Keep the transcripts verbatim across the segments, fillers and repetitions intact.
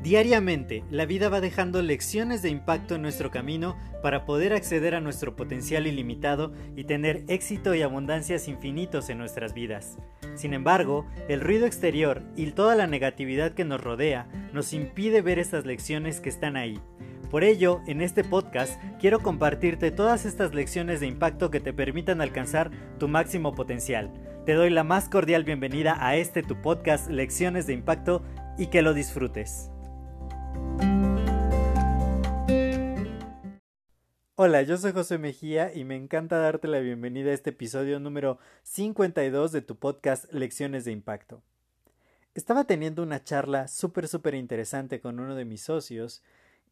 Diariamente, la vida va dejando lecciones de impacto en nuestro camino para poder acceder a nuestro potencial ilimitado y tener éxito y abundancias infinitos en nuestras vidas. Sin embargo, el ruido exterior y toda la negatividad que nos rodea nos impide ver estas lecciones que están ahí. Por ello, en este podcast quiero compartirte todas estas lecciones de impacto que te permitan alcanzar tu máximo potencial. Te doy la más cordial bienvenida a este tu podcast Lecciones de Impacto y que lo disfrutes. Hola, yo soy José Mejía y me encanta darte la bienvenida a este episodio número cincuenta y dos de tu podcast Lecciones de Impacto. Estaba teniendo una charla súper súper interesante con uno de mis socios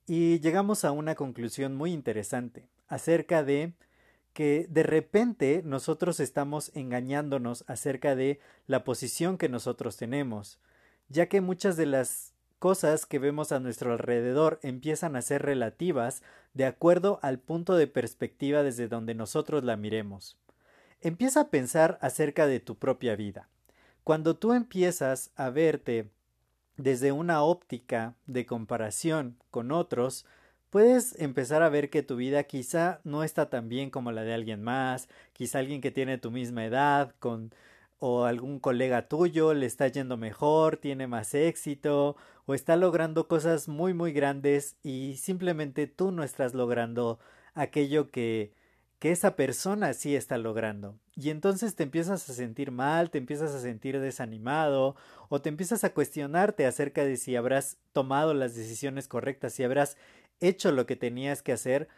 y llegamos a una conclusión muy interesante acerca de que de repente nosotros estamos engañándonos acerca de la posición que nosotros tenemos, ya que muchas de las cosas que vemos a nuestro alrededor empiezan a ser relativas de acuerdo al punto de perspectiva desde donde nosotros la miremos. Empieza a pensar acerca de tu propia vida. Cuando tú empiezas a verte desde una óptica de comparación con otros, puedes empezar a ver que tu vida quizá no está tan bien como la de alguien más, quizá alguien que tiene tu misma edad, con o algún colega tuyo le está yendo mejor, tiene más éxito o está logrando cosas muy muy grandes y simplemente tú no estás logrando aquello que, que esa persona sí está logrando. Y entonces te empiezas a sentir mal, te empiezas a sentir desanimado o te empiezas a cuestionarte acerca de si habrás tomado las decisiones correctas, si habrás hecho lo que tenías que hacer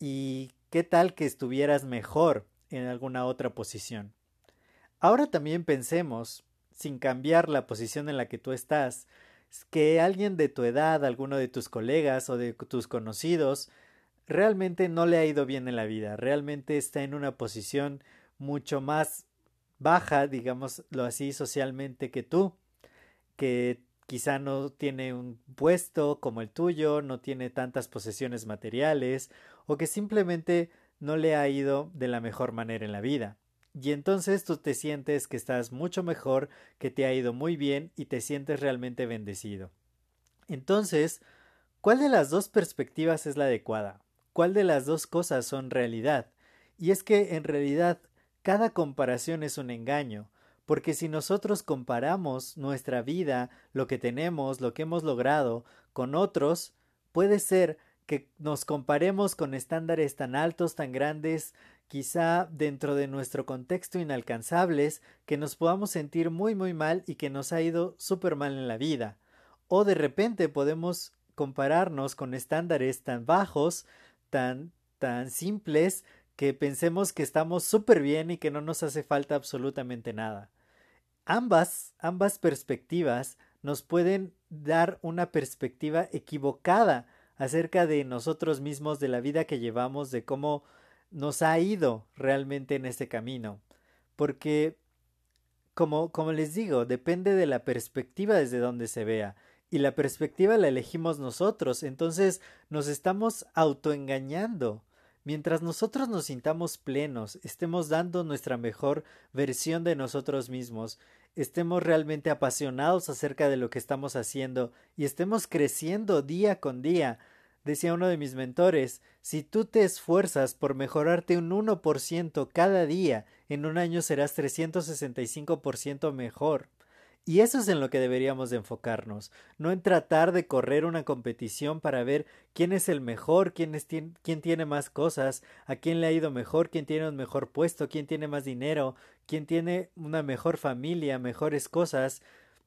y qué tal que estuvieras mejor en alguna otra posición. Ahora también pensemos, sin cambiar la posición en la que tú estás, que alguien de tu edad, alguno de tus colegas o de tus conocidos, realmente no le ha ido bien en la vida, realmente está en una posición mucho más baja, digámoslo así, socialmente que tú, que quizá no tiene un puesto como el tuyo, no tiene tantas posesiones materiales, o que simplemente no le ha ido de la mejor manera en la vida. Y entonces tú te sientes que estás mucho mejor, que te ha ido muy bien y te sientes realmente bendecido. Entonces, ¿cuál de las dos perspectivas es la adecuada? ¿Cuál de las dos cosas son realidad? Y es que en realidad cada comparación es un engaño, porque si nosotros comparamos nuestra vida, lo que tenemos, lo que hemos logrado, con otros, puede ser que nos comparemos con estándares tan altos, tan grandes, quizá dentro de nuestro contexto inalcanzables, que nos podamos sentir muy muy mal y que nos ha ido súper mal en la vida. O de repente podemos compararnos con estándares tan bajos, tan, tan simples, que pensemos que estamos súper bien y que no nos hace falta absolutamente nada. Ambas, ambas perspectivas nos pueden dar una perspectiva equivocada acerca de nosotros mismos, de la vida que llevamos, de cómo nos ha ido realmente en este camino. Porque, como, como les digo, depende de la perspectiva desde donde se vea. Y la perspectiva la elegimos nosotros, entonces nos estamos autoengañando. Mientras nosotros nos sintamos plenos, estemos dando nuestra mejor versión de nosotros mismos, estemos realmente apasionados acerca de lo que estamos haciendo y estemos creciendo día con día. Decía uno de mis mentores, si tú te esfuerzas por mejorarte un uno por ciento cada día, en un año serás trescientos sesenta y cinco por ciento mejor. Y eso es en lo que deberíamos de enfocarnos, no en tratar de correr una competición para ver quién es el mejor, quién, es, quién tiene más cosas, a quién le ha ido mejor, quién tiene un mejor puesto, quién tiene más dinero, quién tiene una mejor familia, mejores cosas,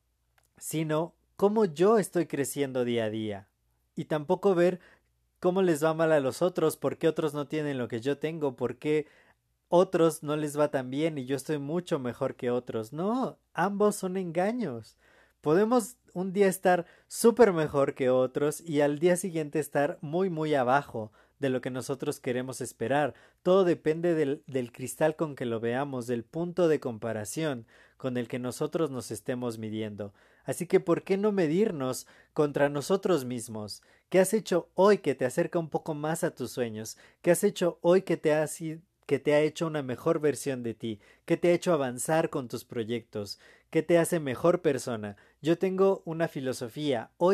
sino cómo yo estoy creciendo día a día. Y tampoco ver cómo les va mal a los otros, por qué otros no tienen lo que yo tengo, por qué otros no les va tan bien y yo estoy mucho mejor que otros. No, ambos son engaños. Podemos un día estar súper mejor que otros y al día siguiente estar muy muy abajo de lo que nosotros queremos esperar. Todo depende del, del cristal con que lo veamos, del punto de comparación con el que nosotros nos estemos midiendo. Así que ¿por qué no medirnos contra nosotros mismos? ¿Qué has hecho hoy que te acerca un poco más a tus sueños? ¿Qué has hecho hoy que te has que te ha hecho una mejor versión de ti, que te ha hecho avanzar con tus proyectos, que te hace mejor persona? Yo tengo una filosofía, hoy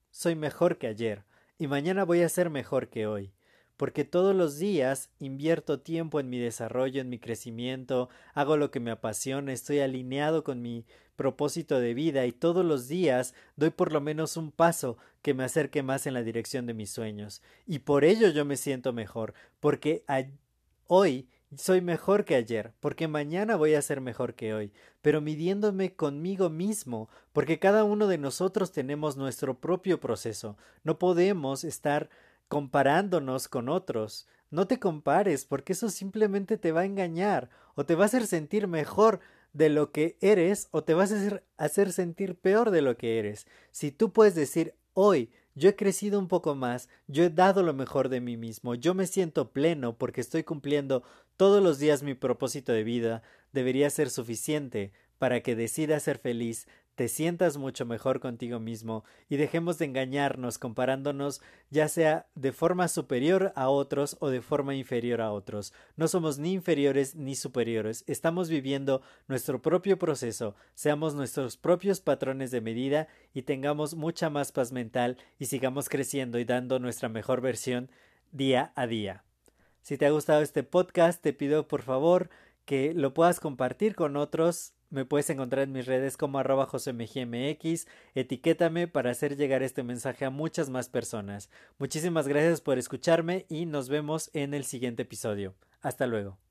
soy mejor que ayer y mañana voy a ser mejor que hoy. Porque todos los días invierto tiempo en mi desarrollo, en mi crecimiento, hago lo que me apasiona, estoy alineado con mi propósito de vida y todos los días doy por lo menos un paso que me acerque más en la dirección de mis sueños. Y por ello yo me siento mejor, porque hoy soy mejor que ayer, porque mañana voy a ser mejor que hoy, pero midiéndome conmigo mismo, porque cada uno de nosotros tenemos nuestro propio proceso. No podemos estar comparándonos con otros. No te compares, porque eso simplemente te va a engañar, o te va a hacer sentir mejor de lo que eres, o te vas a hacer, hacer sentir peor de lo que eres. Si tú puedes decir hoy, yo he crecido un poco más, yo he dado lo mejor de mí mismo, yo me siento pleno porque estoy cumpliendo todos los días mi propósito de vida, debería ser suficiente para que decidas ser feliz, te sientas mucho mejor contigo mismo y dejemos de engañarnos comparándonos ya sea de forma superior a otros o de forma inferior a otros. No somos ni inferiores ni superiores, estamos viviendo nuestro propio proceso, seamos nuestros propios patrones de medida y tengamos mucha más paz mental y sigamos creciendo y dando nuestra mejor versión día a día. Si te ha gustado este podcast, te pido por favor que lo puedas compartir con otros. Me puedes encontrar en mis redes como arroba josemgmx. Etiquétame para hacer llegar este mensaje a muchas más personas. Muchísimas gracias por escucharme y nos vemos en el siguiente episodio. Hasta luego.